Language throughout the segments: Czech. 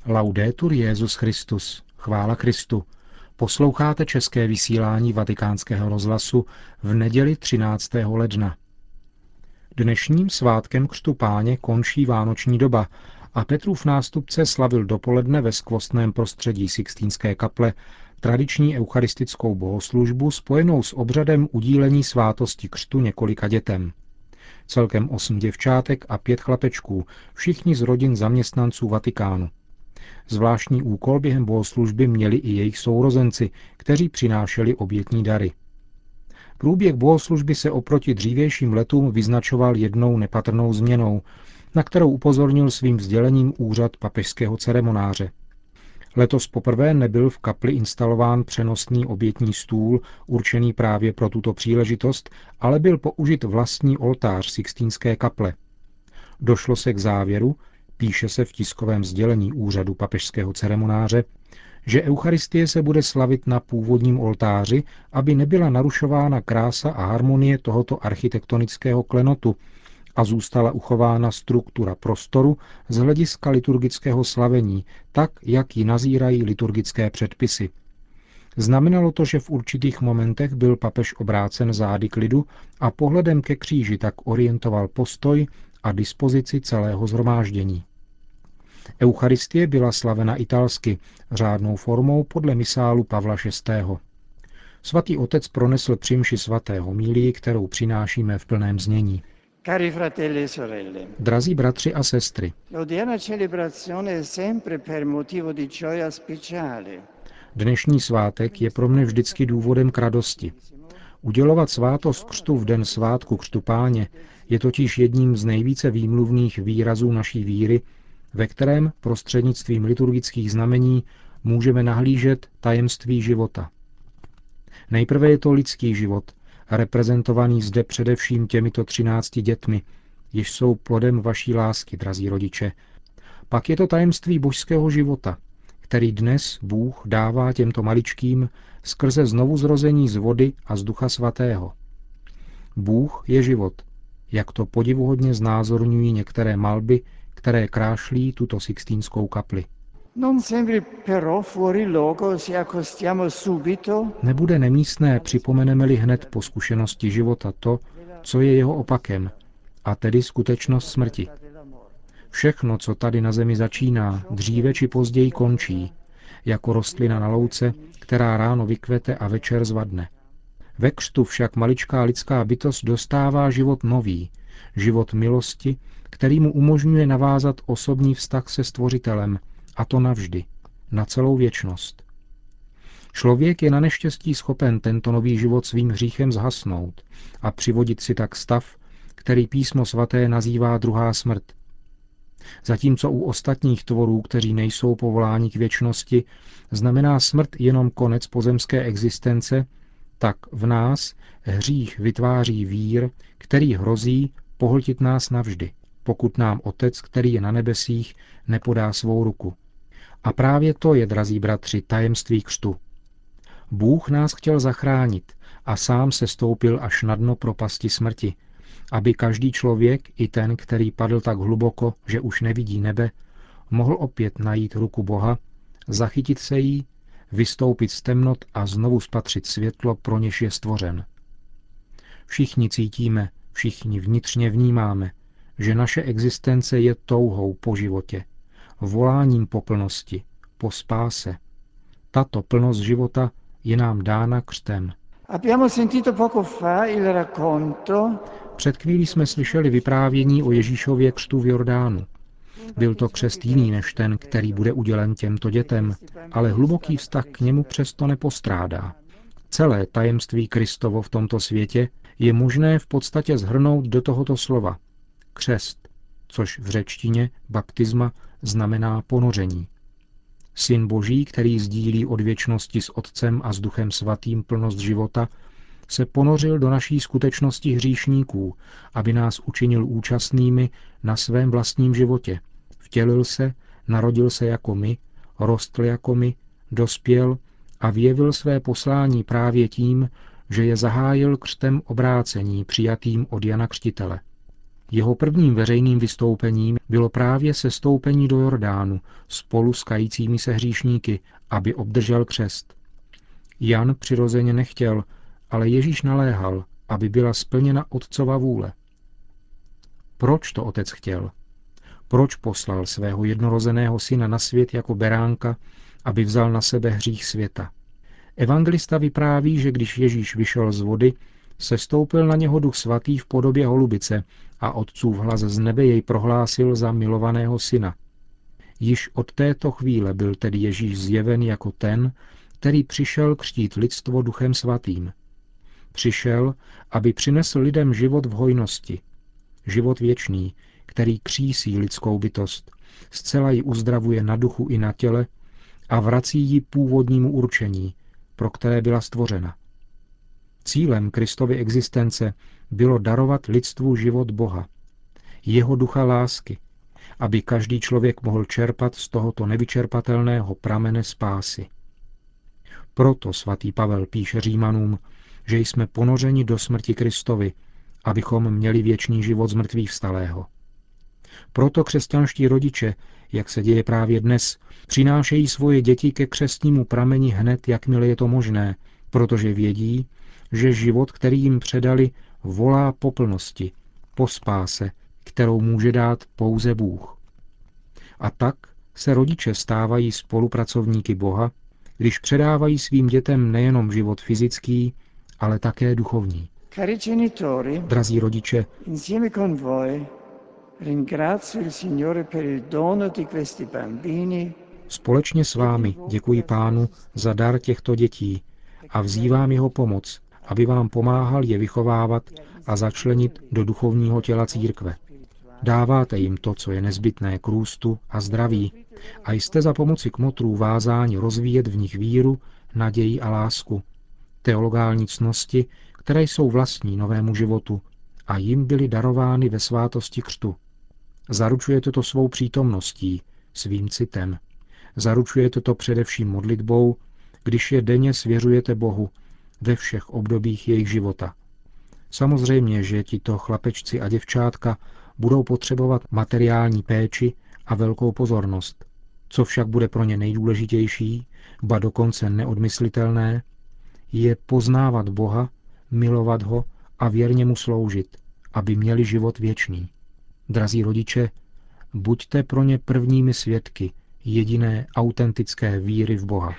Laudetur Jesus Christus, chvála Kristu. Posloucháte české vysílání Vatikánského rozhlasu v neděli 13. ledna. Dnešním svátkem Křtu Páně končí vánoční doba a Petrův nástupce slavil dopoledne ve skvostném prostředí Sixtínské kaple tradiční eucharistickou bohoslužbu spojenou s obřadem udílení svátosti křtu několika dětem. Celkem 8 děvčátek a 5 chlapečků, všichni z rodin zaměstnanců Vatikánu. Zvláštní úkol během bohoslužby měli i jejich sourozenci, kteří přinášeli obětní dary. Průběh bohoslužby se oproti dřívějším letům vyznačoval jednou nepatrnou změnou, na kterou upozornil svým sdělením úřad papežského ceremonáře. Letos poprvé nebyl v kapli instalován přenosný obětní stůl, určený právě pro tuto příležitost, ale byl použit vlastní oltář Sixtínské kaple. Došlo se k závěru, píše se v tiskovém sdělení úřadu papežského ceremonáře, že eucharistie se bude slavit na původním oltáři, aby nebyla narušována krása a harmonie tohoto architektonického klenotu a zůstala uchována struktura prostoru z hlediska liturgického slavení, tak, jak ji nazírají liturgické předpisy. Znamenalo to, že v určitých momentech byl papež obrácen zády k lidu a pohledem ke kříži tak orientoval postoj a dispozici celého shromáždění. Eucharistie byla slavena italsky, řádnou formou podle misálu Pavla VI. Svatý otec pronesl při mši svaté homílii, kterou přinášíme v plném znění. Cari fratelli e sorelle, Drazí bratři a sestry, l'odierna celebrazione è sempre per motivo di gioia speciale. dnešní svátek je pro mne vždycky důvodem k radosti. Udělovat svátost křtu v den svátku Křtu Páně je totiž jedním z nejvíce výmluvných výrazů naší víry, ve kterém prostřednictvím liturgických znamení můžeme nahlížet tajemství života. Nejprve je to lidský život, reprezentovaný zde především těmito 13 dětmi, jež jsou plodem vaší lásky, drazí rodiče. Pak je to tajemství božského života, který dnes Bůh dává těmto maličkým skrze znovuzrození z vody a z Ducha Svatého. Bůh je život, jak to podivuhodně znázorňují některé malby, které krášlí tuto Sixtínskou kapli. Nebude nemístné, připomeneme-li hned po zkušenosti života to, co je jeho opakem, a tedy skutečnost smrti. Všechno, co tady na zemi začíná, dříve či později končí, jako rostlina na louce, která ráno vykvete a večer zvadne. Ve křtu však maličká lidská bytost dostává život nový, život milosti, který mu umožňuje navázat osobní vztah se Stvořitelem, a to navždy, na celou věčnost. Člověk je na neštěstí schopen tento nový život svým hříchem zhasnout a přivodit si tak stav, který Písmo svaté nazývá druhá smrt. Zatímco u ostatních tvorů, kteří nejsou povoláni k věčnosti, znamená smrt jenom konec pozemské existence, tak v nás hřích vytváří vír, který hrozí pohltit nás navždy, pokud nám Otec, který je na nebesích, nepodá svou ruku. A právě to je, drazí bratři, tajemství křtu. Bůh nás chtěl zachránit a sám se stoupil až na dno propasti smrti, aby každý člověk, i ten, který padl tak hluboko, že už nevidí nebe, mohl opět najít ruku Boha, zachytit se jí, vystoupit z temnot a znovu spatřit světlo, pro něž je stvořen. Všichni cítíme, všichni vnitřně vnímáme, že naše existence je touhou po životě, voláním po plnosti, po spáse. Tato plnost života je nám dána křtem. Před chvílí jsme slyšeli vyprávění o Ježíšově křtu v Jordánu. Byl to křest jiný než ten, který bude udělen těmto dětem, ale hluboký vztah k němu přesto nepostrádá. Celé tajemství Kristovo v tomto světě je možné v podstatě shrnout do tohoto slova. Křest, což v řečtině baptisma znamená ponoření. Syn Boží, který sdílí od věčnosti s Otcem a s Duchem Svatým plnost života, se ponořil do naší skutečnosti hříšníků, aby nás učinil účastnými na svém vlastním životě. Vtělil se, narodil se jako my, rostl jako my, dospěl a vyjevil své poslání právě tím, že je zahájil křtem obrácení přijatým od Jana Křtitele. Jeho prvním veřejným vystoupením bylo právě sestoupení do Jordánu spolu s kajícími se hříšníky, aby obdržel křest. Jan přirozeně nechtěl, ale Ježíš naléhal, aby byla splněna Otcova vůle. Proč to Otec chtěl? Proč poslal svého jednorozeného syna na svět jako beránka, aby vzal na sebe hřích světa? Evangelista vypráví, že když Ježíš vyšel z vody, sestoupil na něho Duch Svatý v podobě holubice a Otcův hlas z nebe jej prohlásil za milovaného syna. Již od této chvíle byl tedy Ježíš zjeven jako ten, který přišel křtít lidstvo Duchem Svatým. Přišel, aby přinesl lidem život v hojnosti, život věčný, který křísí lidskou bytost, zcela ji uzdravuje na duchu i na těle a vrací ji původnímu určení, pro které byla stvořena. Cílem Kristovy existence bylo darovat lidstvu život Boha, jeho ducha lásky, aby každý člověk mohl čerpat z tohoto nevyčerpatelného pramene spásy. Proto svatý Pavel píše Římanům, že jsme ponořeni do smrti Kristovi, abychom měli věčný život z mrtvých vstalého. Proto křesťanští rodiče, jak se děje právě dnes, přinášejí svoje děti ke křestnímu prameni hned, jakmile je to možné, protože vědí, že život, který jim předali, volá po plnosti, po spáse, kterou může dát pouze Bůh. A tak se rodiče stávají spolupracovníky Boha, když předávají svým dětem nejenom život fyzický, ale také duchovní. Cari genitori, Drazí rodiče, insieme con voi ringrazio il Signore per il dono di questi bambini. Společně s vámi děkuji Pánu za dar těchto dětí a vzývám jeho pomoc, aby vám pomáhal je vychovávat a začlenit do duchovního těla církve. Dáváte jim to, co je nezbytné k růstu a zdraví, a jste za pomoci kmotrů vázáni rozvíjet v nich víru, naději a lásku, teologální ctnosti, které jsou vlastní novému životu a jim byly darovány ve svátosti křtu. Zaručujete to svou přítomností, svým citem. Zaručujete to především modlitbou, když je denně svěřujete Bohu ve všech obdobích jejich života. Samozřejmě, že tito chlapečci a děvčátka budou potřebovat materiální péči a velkou pozornost. Co však bude pro ně nejdůležitější, ba dokonce neodmyslitelné, je poznávat Boha, milovat ho a věrně mu sloužit, aby měli život věčný. Drazí rodiče, buďte pro ně prvními svědky jediné autentické víry v Boha.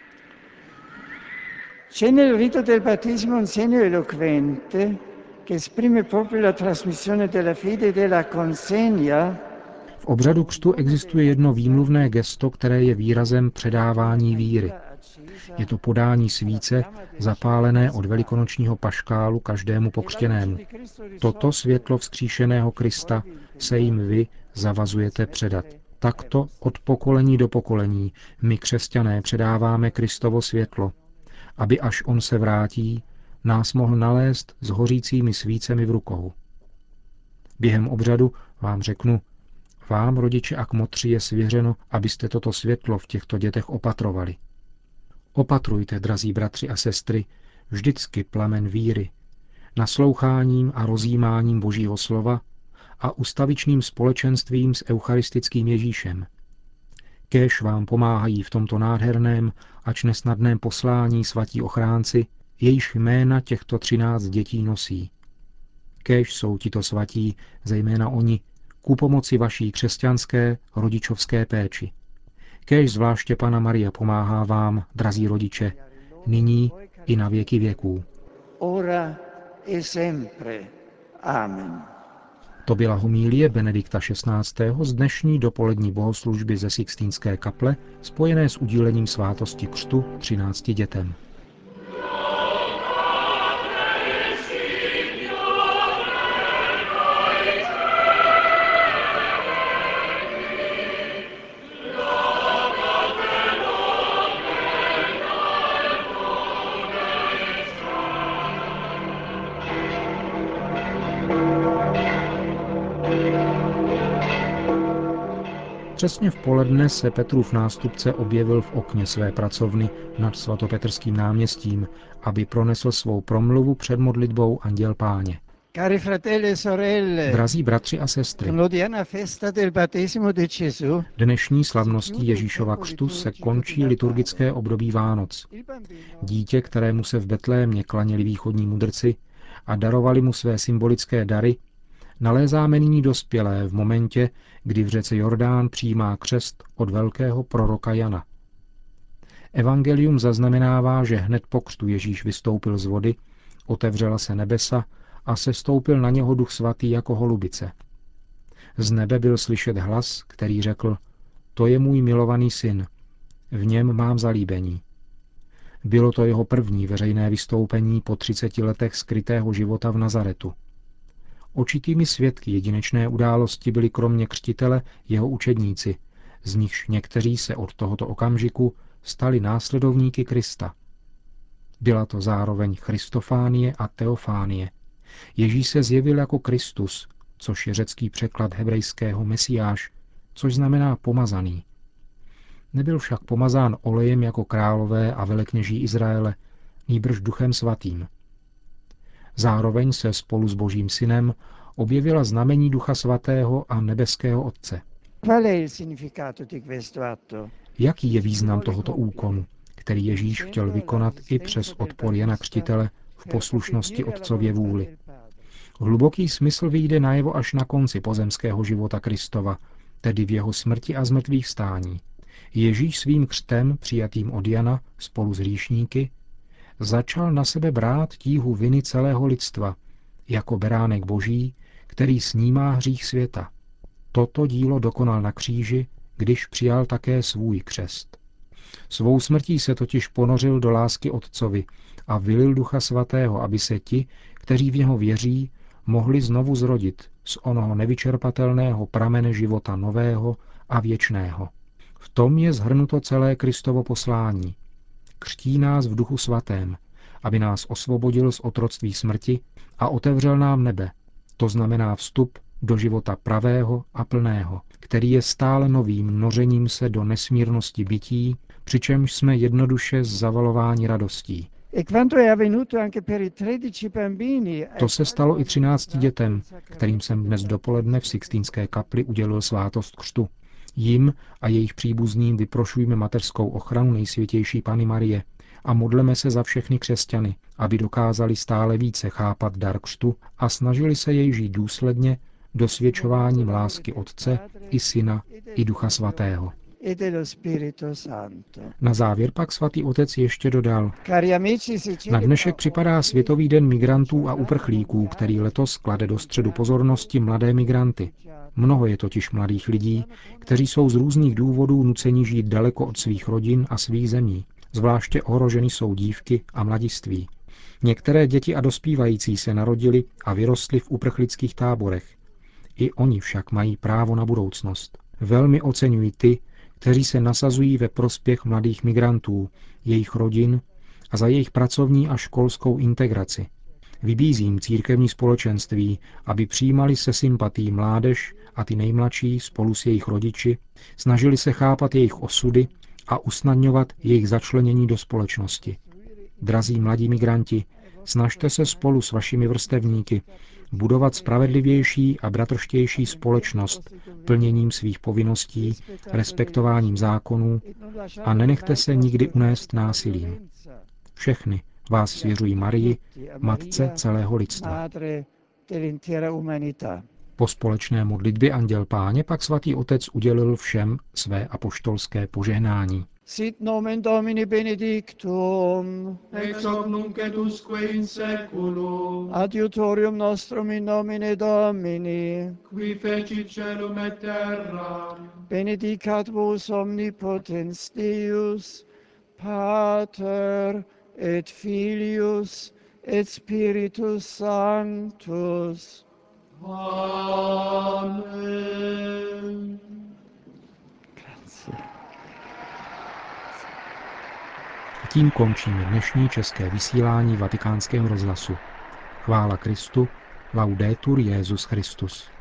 C'è nel rito del battesimo un segno eloquente che esprime proprio la trasmissione della fede e della consegna. V obřadu křtu existuje jedno výmluvné gesto, které je výrazem předávání víry. Je to podání svíce, zapálené od velikonočního paškálu každému pokřtěnému. Toto světlo vzkříšeného Krista se jim vy zavazujete předat. Takto od pokolení do pokolení my křesťané předáváme Kristovo světlo, aby až on se vrátí, nás mohl nalézt s hořícími svícemi v rukou. Během obřadu vám řeknu, vám, rodiče a kmotři, je svěřeno, abyste toto světlo v těchto dětech opatrovali. Opatrujte, drazí bratři a sestry, vždycky plamen víry, nasloucháním a rozjímáním Božího slova a ustavičným společenstvím s eucharistickým Ježíšem. Kéž vám pomáhají v tomto nádherném, ač nesnadném poslání svatí ochránci, jejíž jména těchto 13 dětí nosí. Kéž jsou tito svatí, zejména oni, ku pomoci vaší křesťanské rodičovské péči. Kéž zvláště Panna Maria pomáhá vám, drazí rodiče, nyní i na věky věků. Ora e sempre. Amen. To byla homilie Benedikta XVI. Z dnešní dopolední bohoslužby ze Sixtínské kaple, spojené s udílením svátosti křtu 13 dětem. Přesně v poledne se Petrův nástupce objevil v okně své pracovny nad svatopetrským náměstím, aby pronesl svou promluvu před modlitbou Anděl Páně. Cari fratelli e sorelle, Drazí bratři a sestry, l'odierna festa del battesimo di Gesù dnešní slavností Ježíšova křtu se končí liturgické období Vánoc. Dítě, kterému se v Betlémě klaněli východní mudrci a darovali mu své symbolické dary, nalézáme nyní dospělé v momentě, kdy v řece Jordán přijímá křest od velkého proroka Jana. Evangelium zaznamenává, že hned po křtu Ježíš vystoupil z vody, otevřela se nebesa a sestoupil na něho Duch Svatý jako holubice. Z nebe byl slyšet hlas, který řekl: To je můj milovaný syn, v něm mám zalíbení. Bylo to jeho první veřejné vystoupení po 30 letech skrytého života v Nazaretu. Očitými svědky jedinečné události byli kromě křtitele jeho učedníci, z nichž někteří se od tohoto okamžiku stali následovníky Krista. Byla to zároveň Christofánie a Teofánie. Ježíš se zjevil jako Kristus, což je řecký překlad hebrejského Mesiáš, což znamená pomazaný. Nebyl však pomazán olejem jako králové a velekněží Izraele, nýbrž Duchem Svatým. Zároveň se spolu s Božím synem objevila znamení Ducha Svatého a nebeského Otce. Jaký je význam tohoto úkonu, který Ježíš chtěl vykonat i přes odpor Jana Křtitele v poslušnosti Otcově vůli? Hluboký smysl vyjde najevo až na konci pozemského života Kristova, tedy v jeho smrti a zmrtvýchvstání. Ježíš svým křtem, přijatým od Jana spolu s hříšníky, začal na sebe brát tíhu viny celého lidstva, jako beránek Boží, který snímá hřích světa. Toto dílo dokonal na kříži, když přijal také svůj křest. Svou smrtí se totiž ponořil do lásky Otcovi a vylil Ducha Svatého, aby se ti, kteří v něho věří, mohli znovu zrodit z onoho nevyčerpatelného pramene života nového a věčného. V tom je shrnuto celé Kristovo poslání. Křtí nás v Duchu Svatém, aby nás osvobodil z otroctví smrti a otevřel nám nebe, to znamená vstup do života pravého a plného, který je stále novým nořením se do nesmírnosti bytí, přičemž jsme jednoduše zavalováni radostí. To se stalo i 13 dětem, kterým jsem dnes dopoledne v Sixtínské kapli udělil svátost křtu. Jim a jejich příbuzným vyprošujme mateřskou ochranu Nejsvětější Panny Marie a modleme se za všechny křesťany, aby dokázali stále více chápat dar křtu a snažili se jej žít důsledně dosvědčováním lásky Otce i Syna i Ducha Svatého. Na závěr pak svatý otec ještě dodal: Na dnešek připadá Světový den migrantů a uprchlíků, který letos klade do středu pozornosti mladé migranty. Mnoho je totiž mladých lidí, kteří jsou z různých důvodů nuceni žít daleko od svých rodin a svých zemí. Zvláště ohroženy jsou dívky a mladiství. Některé děti a dospívající se narodili a vyrostli v uprchlických táborech. I oni však mají právo na budoucnost. Velmi oceňuji ty, kteří se nasazují ve prospěch mladých migrantů, jejich rodin a za jejich pracovní a školskou integraci. Vybízím církevní společenství, aby přijímali se sympatií mládež a ty nejmladší spolu s jejich rodiči, snažili se chápat jejich osudy a usnadňovat jejich začlenění do společnosti. Drazí mladí migranti, snažte se spolu s vašimi vrstevníky budovat spravedlivější a bratrštější společnost plněním svých povinností, respektováním zákonů a nenechte se nikdy unést násilím. Všechny vás svěřují Marii, matce celého lidstva. Po společné modlitbě Anděl Páně pak svatý otec udělil všem své apoštolské požehnání. Sit nomen Domini benedictum, ex hoc nunc et usque in seculum, adiutorium nostrum in nomine Domini, qui fecit caelum et terram, benedicat vos omnipotens Deus, Pater et Filius et Spiritus Sanctus. Amen. Tím končíme dnešní české vysílání Vatikánského rozhlasu. Chvála Kristu, laudetur Jesus Christus.